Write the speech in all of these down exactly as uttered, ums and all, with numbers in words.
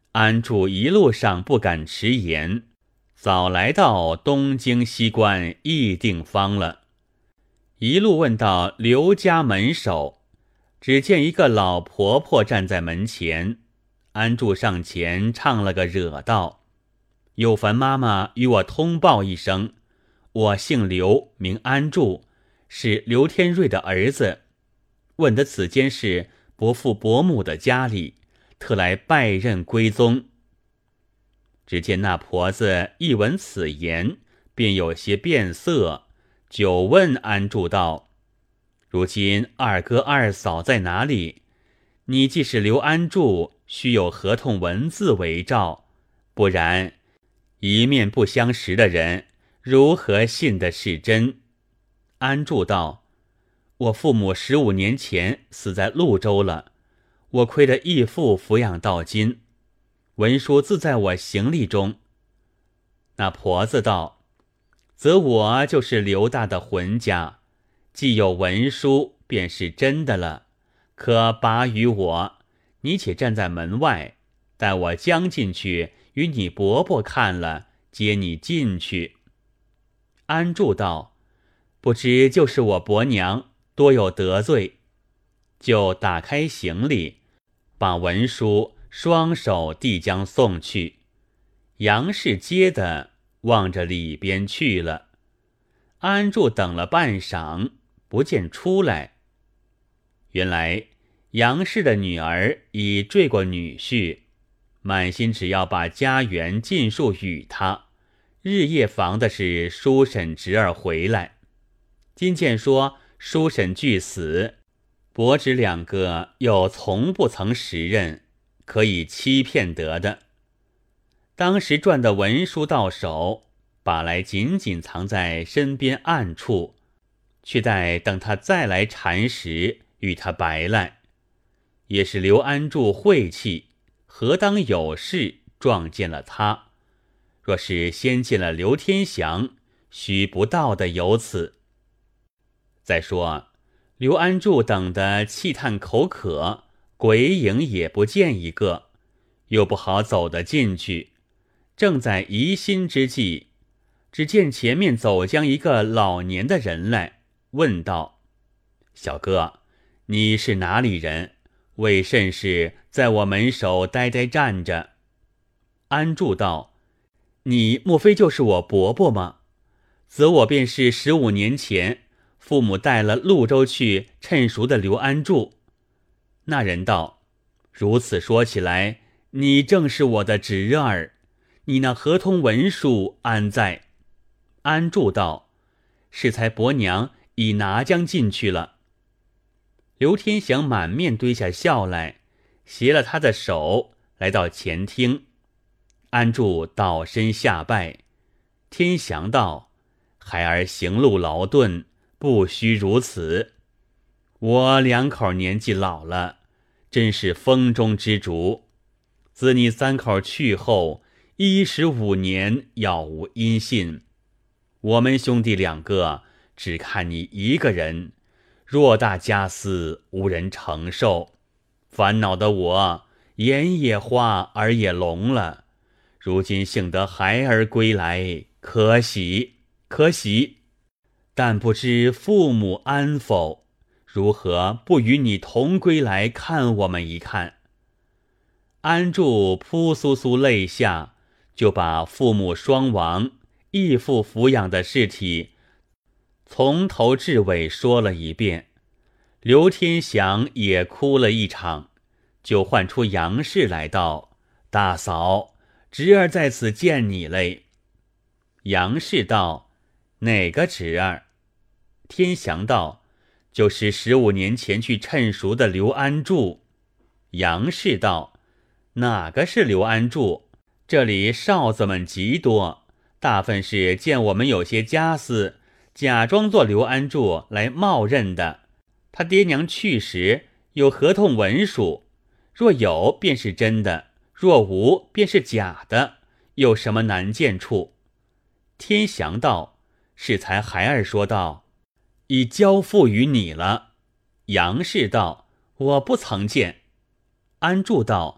安住一路上不敢迟延，早来到东京西关议定方了。一路问到刘家门首，只见一个老婆婆站在门前。安住上前唱了个惹道：有烦妈妈与我通报一声，我姓刘，名安住，是刘天瑞的儿子，问得此间是伯父伯母的家里，特来拜认归宗。只见那婆子一闻此言，便有些变色，久问安住道：如今二哥二嫂在哪里？你既是刘安住，须有合同文字为照，不然一面不相识的人，如何信的是真？安住道：我父母十五年前死在潞州了，我亏得义父抚养到今，文书自在我行李中。那婆子道：则我就是刘大的浑家，既有文书便是真的了，可拔于我，你且站在门外，待我将进去与你伯伯看了，接你进去。安住道：不知就是我伯娘多有得罪，就打开行李，把文书双手递将送去。杨氏接的望着里边去了。安住等了半晌，不见出来。原来杨氏的女儿已坠过女婿，满心只要把家园尽数与他，日夜防的是叔婶侄儿回来。今见说叔婶俱死，伯侄两个又从不曾识认，可以欺骗得的。当时赚的文书到手，把来紧紧藏在身边暗处，却待等他再来缠时，与他白赖。也是刘安住晦气，何当有事撞见了他？若是先见了刘天祥，须不到的有此。再说刘安住等的气叹口渴，鬼影也不见一个，又不好走得进去，正在疑心之际，只见前面走将一个老年的人来，问道：小哥，你是哪里人？为甚是在我门首呆呆站着？安住道：你莫非就是我伯伯吗？则我便是十五年前父母带了潞州去趁熟的刘安住。那人道：如此说起来，你正是我的侄儿，你那合同文书安在？安住道：适才伯娘已拿将进去了。刘天祥满面堆下笑来，携了他的手来到前厅。安住倒身下拜。天祥道：孩儿行路劳顿，不须如此。我两口年纪老了，真是风中之烛。自你三口去后，一十五年杳无音信。我们兄弟两个只看你一个人，偌大家私无人承受，烦恼的我眼也花，耳也聋了。如今幸得孩儿归来，可喜可喜，但不知父母安否，如何不与你同归来看我们一看？安住扑簌簌泪下，就把父母双亡、义父抚养的事体从头至尾说了一遍。刘天祥也哭了一场，就唤出杨氏来道：大嫂，侄儿在此见你嘞。杨氏道：哪个侄儿？天祥道：就是十五年前去趁熟的刘安住。杨氏道：哪个是刘安住？这里少子们极多，大份是见我们有些家私，假装做刘安住来冒认的。他爹娘去时有合同文书，若有便是真的，若无便是假的，有什么难见处？天祥道：适才孩儿说道，已交付于你了。杨氏道：我不曾见。安住道：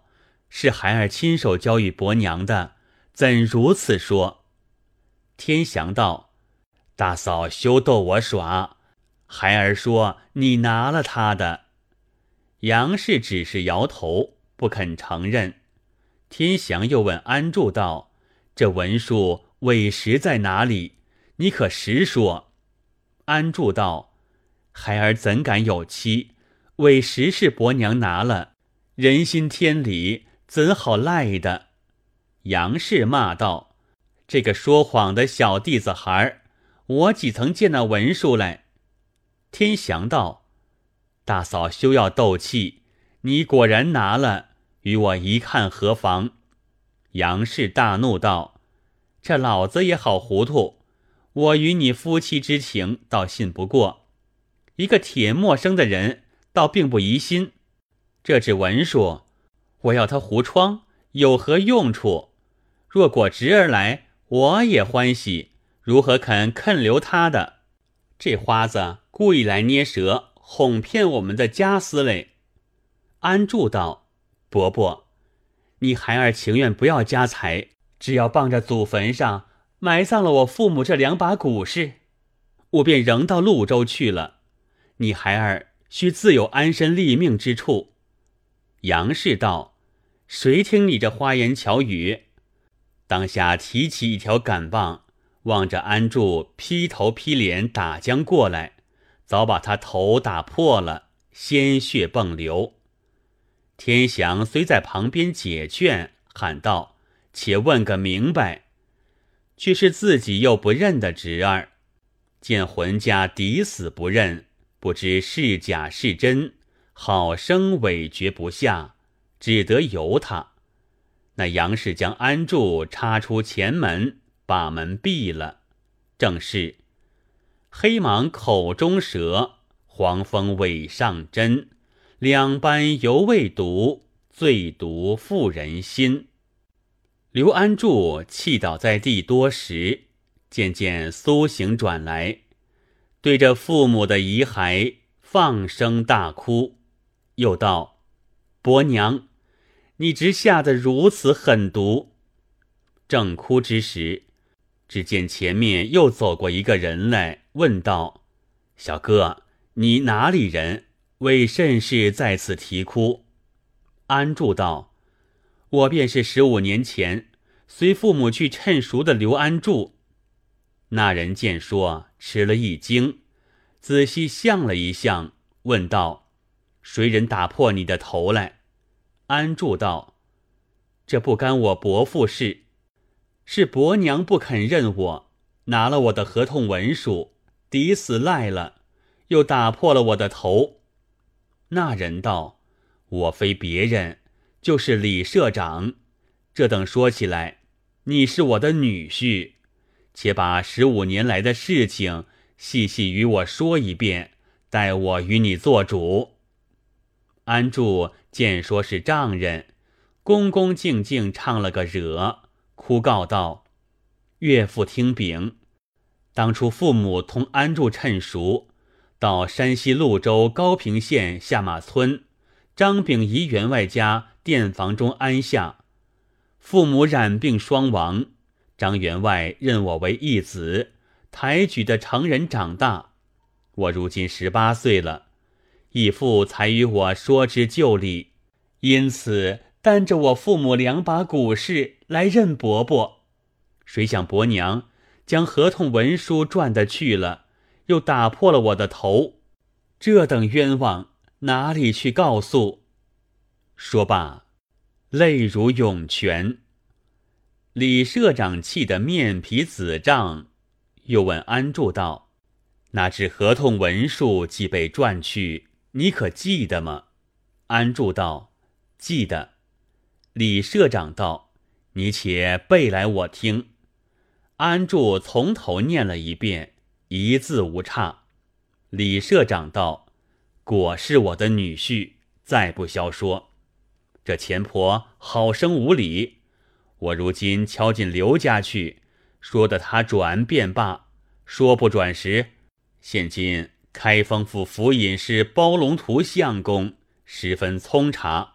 是孩儿亲手交与伯娘的，怎如此说？”天祥道：“大嫂休逗我耍，孩儿说你拿了他的。”杨氏只是摇头，不肯承认。天祥又问安住道：“这文书委实在哪里？你可实说？”安住道：“孩儿怎敢有欺？委实是伯娘拿了，人心天理，怎好赖的？”杨氏骂道：“这个说谎的小弟子孩儿，我几曾见那文书来？”天祥道：“大嫂休要斗气，你果然拿了，与我一看何妨？”杨氏大怒道：“这老子也好糊涂，我与你夫妻之情倒信不过，一个铁陌生的人倒并不疑心。这纸文书，我要他糊窗，有何用处？若果侄儿来，我也欢喜，如何肯肯留他的？这花子故意来捏舌，哄骗我们的家私嘞。”安住道：“伯伯，你孩儿情愿不要家财，只要傍着祖坟上埋葬了我父母这两把古事，我便仍到潞州去了。你孩儿须自有安身立命之处。”杨氏道：“谁听你这花言巧语？”当下提起一条杆棒，望着安住劈头劈脸打将过来，早把他头打破了，鲜血迸流。天祥虽在旁边解劝，喊道：“且问个明白。”却是自己又不认的侄儿，见浑家抵死不认，不知是假是真，好生委决不下，只得由他。那杨氏将安住插出前门，把门闭了。正是黑蟒口中蛇，黄蜂尾上针，两般犹未毒，最毒妇人心。刘安住气倒在地多时，渐渐苏醒转来，对着父母的遗骸放声大哭，又道：“伯娘，你直下得如此狠毒。”正哭之时，只见前面又走过一个人来，问道：“小哥，你哪里人？为甚事在此啼哭？”安住道：“我便是十五年前随父母去趁赎的刘安住。”那人见说，吃了一惊，仔细向了一向，问道：“谁人打破你的头来？”安住道：“这不干我伯父事，是伯娘不肯认我，拿了我的合同文书，抵死赖了，又打破了我的头。”那人道：“我非别人，就是李社长。这等说起来，你是我的女婿，且把十五年来的事情细细与我说一遍，待我与你做主。”安住见说是丈人，恭恭敬敬唱了个惹，哭告道：“岳父听禀，当初父母同安住趁赎，到山西潞州高平县下马村张炳仪员外家店房中安下。父母染病双亡，张员外认我为义子，抬举的成人长大。我如今十八岁了，义父才与我说之就理，因此担着我父母两把古事来认伯伯。谁想伯娘将合同文书赚得去了，又打破了我的头，这等冤枉哪里去告诉？”说罢，泪如涌泉。李社长气得面皮紫胀，又问安住道：“那纸合同文书既被赚去，你可记得吗？”安住道：“记得。”李社长道：“你且背来我听。”安住从头念了一遍，一字无差。李社长道：“果是我的女婿，再不消说。这钱婆好生无礼，我如今敲进刘家去，说的他转便罢，说不转时，现今开封府府尹是包龙图相公，十分聪察，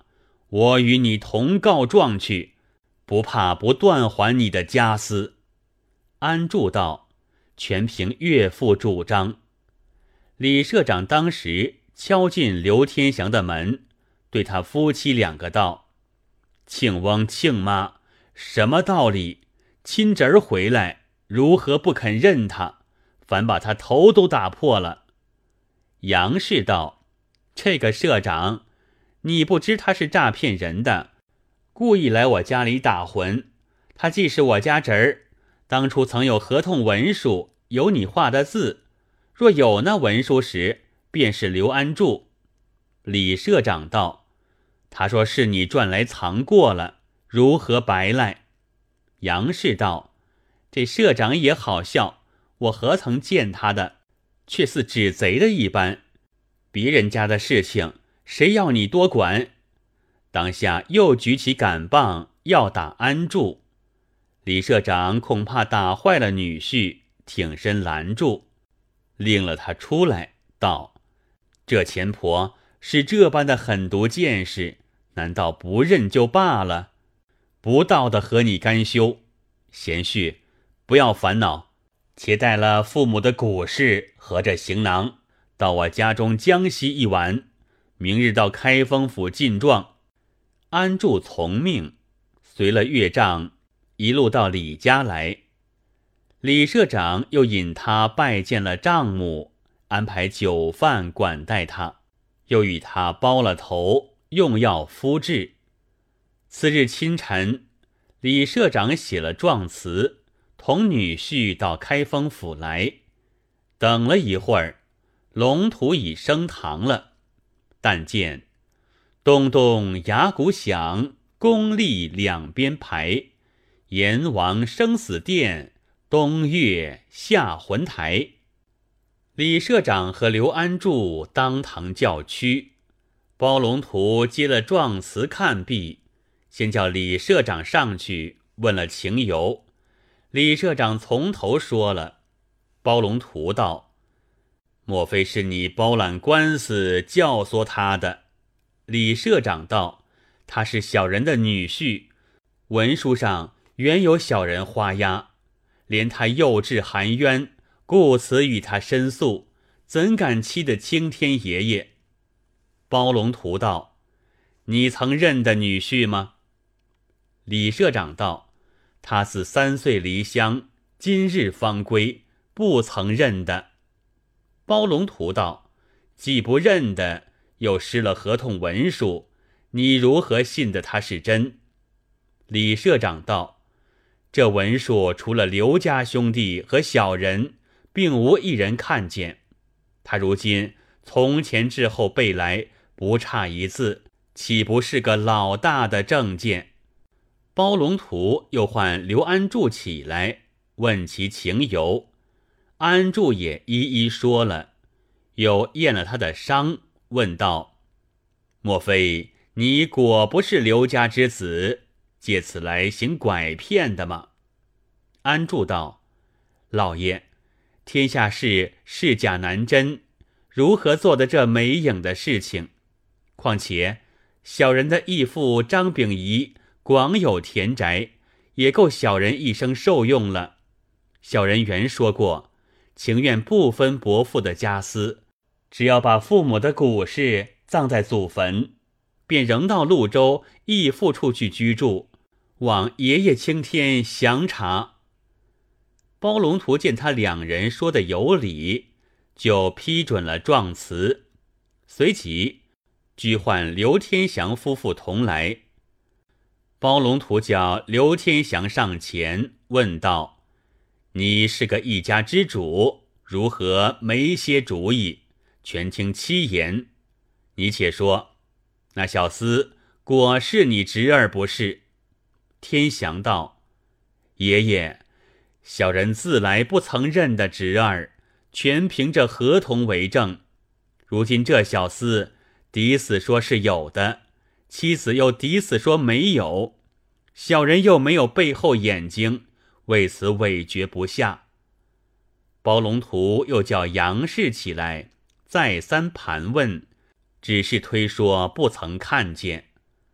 我与你同告状去，不怕不断还你的家私。安住道：全凭岳父主张。李社长当时敲进刘天祥的门，对他夫妻两个道：庆翁庆妈，什么道理？亲侄儿回来，如何不肯认他？反把他头都打破了。杨氏道：这个社长，你不知他是诈骗人的，故意来我家里打混。他既是我家侄儿，当初曾有合同文书，有你画的字，若有那文书时，便是刘安柱。李社长道：他说是你赚来藏过了，如何白赖？杨氏道：这社长也好笑，我何曾见他的，却似指贼的一般。别人家的事情，谁要你多管？当下又举起杆棒要打安住。李社长恐怕打坏了女婿，挺身拦住，令了他出来，道：这钱婆是这般的狠毒见识，难道不认就罢了？不到的和你干休。贤婿，不要烦恼，且带了父母的骨事和这行囊，到我家中将息一晚，明日到开封府进状。安住从命，随了岳丈一路到李家来。李社长又引他拜见了丈母，安排酒饭管待他，又与他包了头，用药敷治。次日清晨，李社长写了状词，同女婿到开封府来。等了一会儿，龙图已升堂了，但见咚咚牙鼓响，宫立两边排，阎王生死殿，东岳下魂台。李社长和刘安柱当堂叫屈。包龙图接了状词看毕，先叫李社长上去问了情由。李社长从头说了。包龙图道：莫非是你包揽官司教唆他的？李社长道：他是小人的女婿，文书上原有小人花押，连他幼稚含冤，故此与他申诉，怎敢欺得青天爷爷？包龙图道：你曾认的女婿吗？李社长道：他自三岁离乡，今日方归，不曾认的。包龙图道：既不认的，又失了合同文书，你如何信得他是真？李社长道：这文书除了刘家兄弟和小人，并无一人看见。他如今从前至后背来，不差一字，岂不是个老大的证件？包龙图又唤刘安柱起来，问其情由。安柱也一一说了，又验了他的伤，问道：莫非你果不是刘家之子，借此来行拐骗的吗？安柱道：老爷，天下事是假难真，如何做的这没影的事情？况且小人的义父张秉仪广有田宅，也够小人一生受用了。小人原说过，情愿不分伯父的家私，只要把父母的骨事葬在祖坟，便仍到潞州义父处去居住，望爷爷青天详察。包龙图见他两人说的有理，就批准了状词，随即居唤刘天祥夫妇同来。包龙图叫刘天祥上前问道：你是个一家之主，如何没些主意？全听七言。你且说，那小厮果是你侄儿不是？天祥道：爷爷，小人自来不曾认的侄儿，全凭着合同为证。如今这小厮抵死说是有的，妻子又抵死说没有，小人又没有背后眼睛，为此委决不下。包龙图又叫杨氏起来，再三盘问，只是推说不曾看见。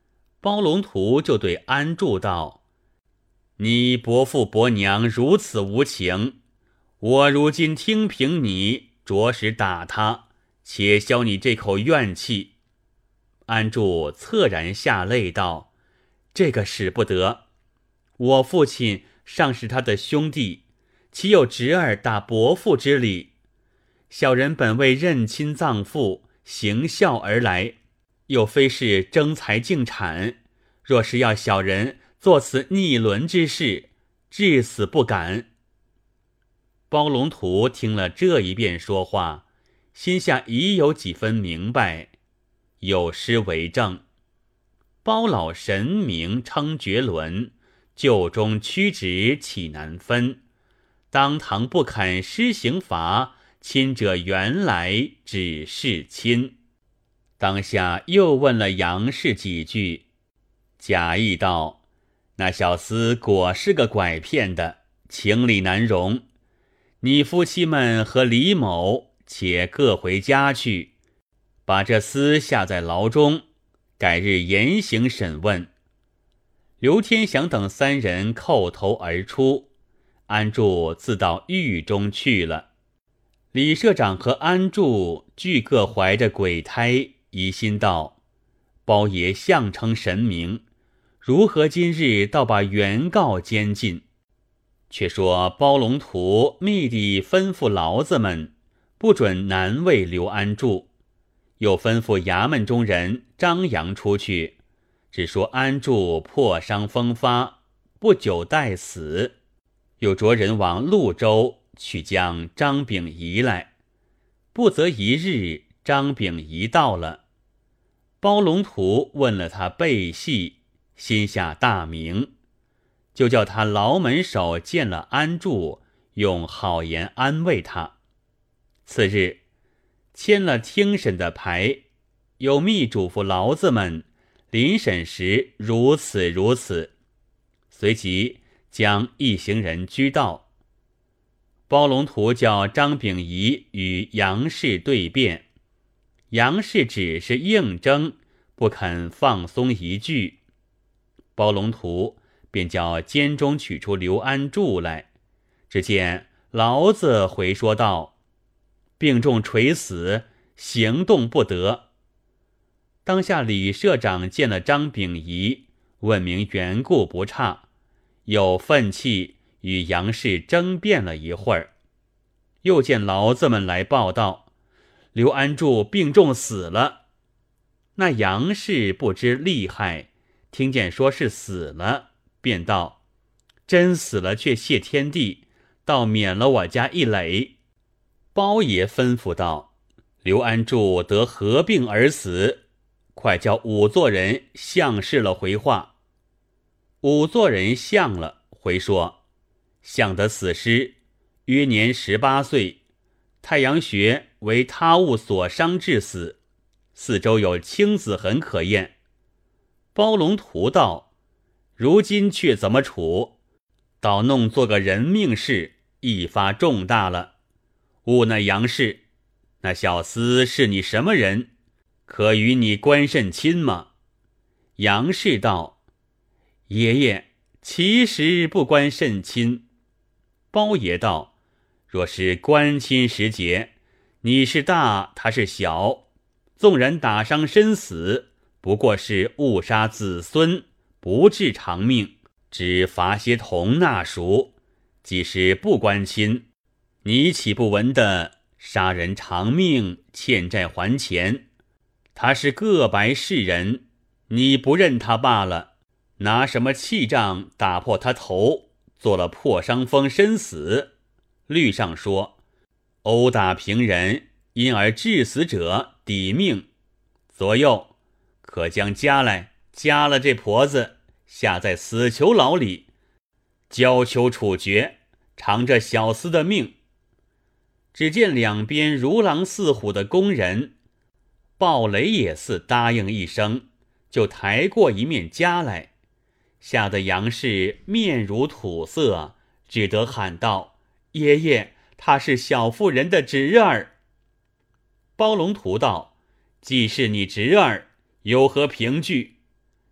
包龙图就对安住道：你伯父伯娘如此无情，我如今听凭你着实打他，且消你这口怨气。安住恻然下泪道：这个使不得，我父亲尚是他的兄弟，岂有侄儿打伯父之理？小人本为认亲葬父，行孝而来，又非是争财竞产，若是要小人做此逆伦之事，至死不敢。包龙图听了这一遍说话，心下已有几分明白，有诗为证：包老神明称绝伦，旧中曲直岂难分？当堂不肯施行法，亲者原来只是亲。当下又问了杨氏几句，假意道：那小厮果是个拐骗的，情理难容。你夫妻们和李某且各回家去，把这厮下在牢中，改日严刑审问。刘天祥等三人叩头而出，安住自到狱中去了。李社长和安住俱各怀着鬼胎，疑心道：包爷相称神明，如何今日倒把原告监禁？却说包龙图密地吩咐牢子们，不准难为刘安住，又吩咐衙门中人张扬出去，只说安住破伤风发，不久待死，又着人往潞州去将张秉仪来。不则一日，张秉仪到了，包龙图问了他背细，心下大明，就叫他牢门首见了安住，用好言安慰他。次日签了听审的牌，有密嘱咐牢子们临审时如此如此，随即将一行人拘到。包龙图叫张秉仪与杨氏对辩，杨氏只是应征，不肯放松一句。包龙图便叫监中取出刘安住来，只见牢子回说道：病重垂死，行动不得。当下李社长见了张秉仪，问明缘故不差，有愤气与杨氏争辩了一会儿，又见牢子们来报道：刘安住病重死了。那杨氏不知厉害，听见说是死了，便道：真死了却谢天地，倒免了我家一累。包爷吩咐道：刘安住得何病而死？快叫仵作人相视了回话。仵作人相了，回说：相得死尸约年十八岁，太阳穴为他物所伤致死，四周有青紫痕可验。包龙图道：如今却怎么处？倒弄做个人命事，一发重大了。误那杨氏，那小厮是你什么人？可与你关甚亲吗？杨氏道：爷爷其实不关甚亲。包爷道：若是关亲时节，你是大，他是小，纵然打伤身死，不过是误杀子孙，不治长命，只罚些铜纳赎，即使不关亲，你岂不闻得杀人偿命，欠债还钱？他是个白世人，你不认他罢了，拿什么气杖打破他头，做了破伤风身死？律上说，殴打平人，因而致死者抵命。左右可将家来，夹了这婆子，下在死囚牢里，交囚处决，偿这小厮的命。只见两边如狼似虎的工人，鲍雷也似答应一声，就抬过一面夹来，吓得杨氏面如土色，只得喊道：爷爷，他是小妇人的侄儿。包龙图道：既是你侄儿，有何凭据？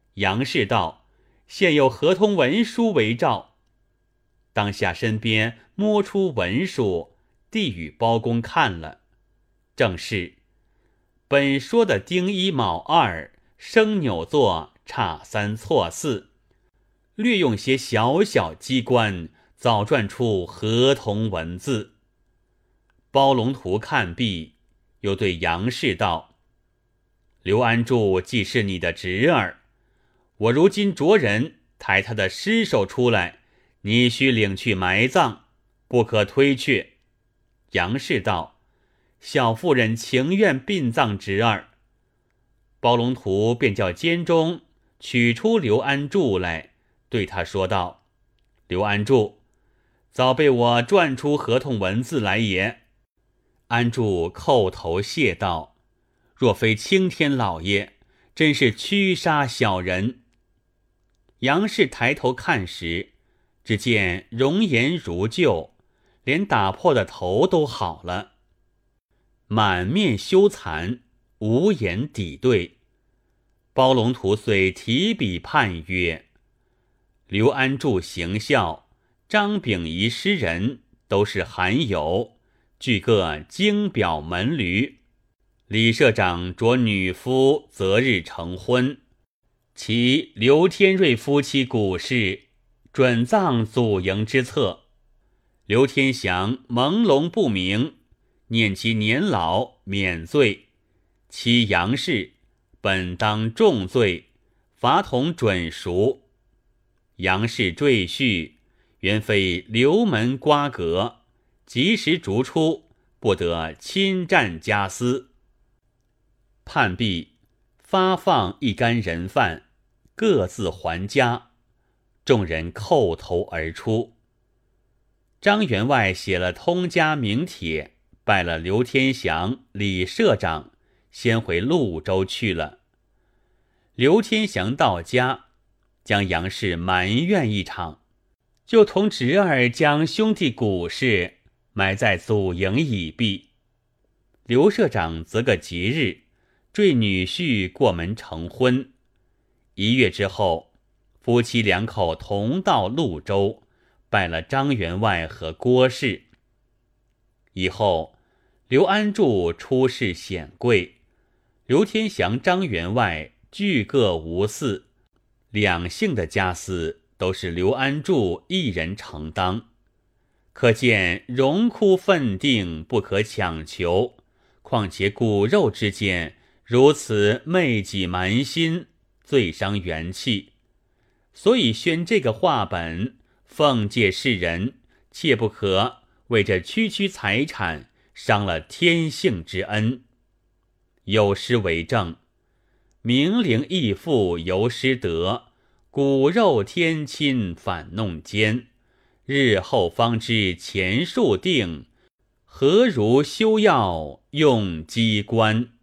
杨氏道：现有合同文书为照。当下身边摸出文书，递与包公看了，正是本说的丁一卯二生扭作差三错四，略用些小小机关，早撰出合同文字。包龙图看毕，又对杨氏道：刘安柱既是你的侄儿，我如今着人抬他的尸首出来，你须领去埋葬，不可推却。杨氏道：小妇人情愿殡葬侄儿。包龙图便叫监中取出刘安柱来，对他说道：刘安柱，早被我撰出合同文字来也。安柱叩头谢道：若非青天老爷，真是屈杀小人。杨氏抬头看时，只见容颜如旧，连打破的头都好了，满面羞惭，无言抵对。包龙图遂提笔判曰：刘安柱行孝，张秉仪诗人，都是罕有，俱各经表门闾。李社长着女夫择日成婚，其刘天瑞夫妻古事，准葬祖茔之册。刘天祥朦胧不明，念其年老，免罪。其杨氏本当重罪，罚同准赎。杨氏赘婿原非刘门瓜葛，及时逐出，不得侵占家私。判毕，发放一干人犯，各自还家。众人叩头而出。张员外写了通家名帖，拜了刘天祥、李社长，先回潞州去了。刘天祥到家，将杨氏埋怨一场，就同侄儿将兄弟古事埋在祖茔已毕。刘社长择个吉日，缀女婿过门成婚。一月之后，夫妻两口同到潞州，拜了张员外和郭氏。以后刘安柱出仕显贵，刘天祥、张员外俱各无嗣，两姓的家私都是刘安柱一人承当。可见荣枯分定，不可强求，况且骨肉之间如此昧己蛮心，最伤元气。所以宣这个话本，奉诫世人，切不可为这区区财产伤了天性之恩。有诗为证：明灵义父由师得，骨肉天亲反弄奸。日后方知前数定，何如休要用机关。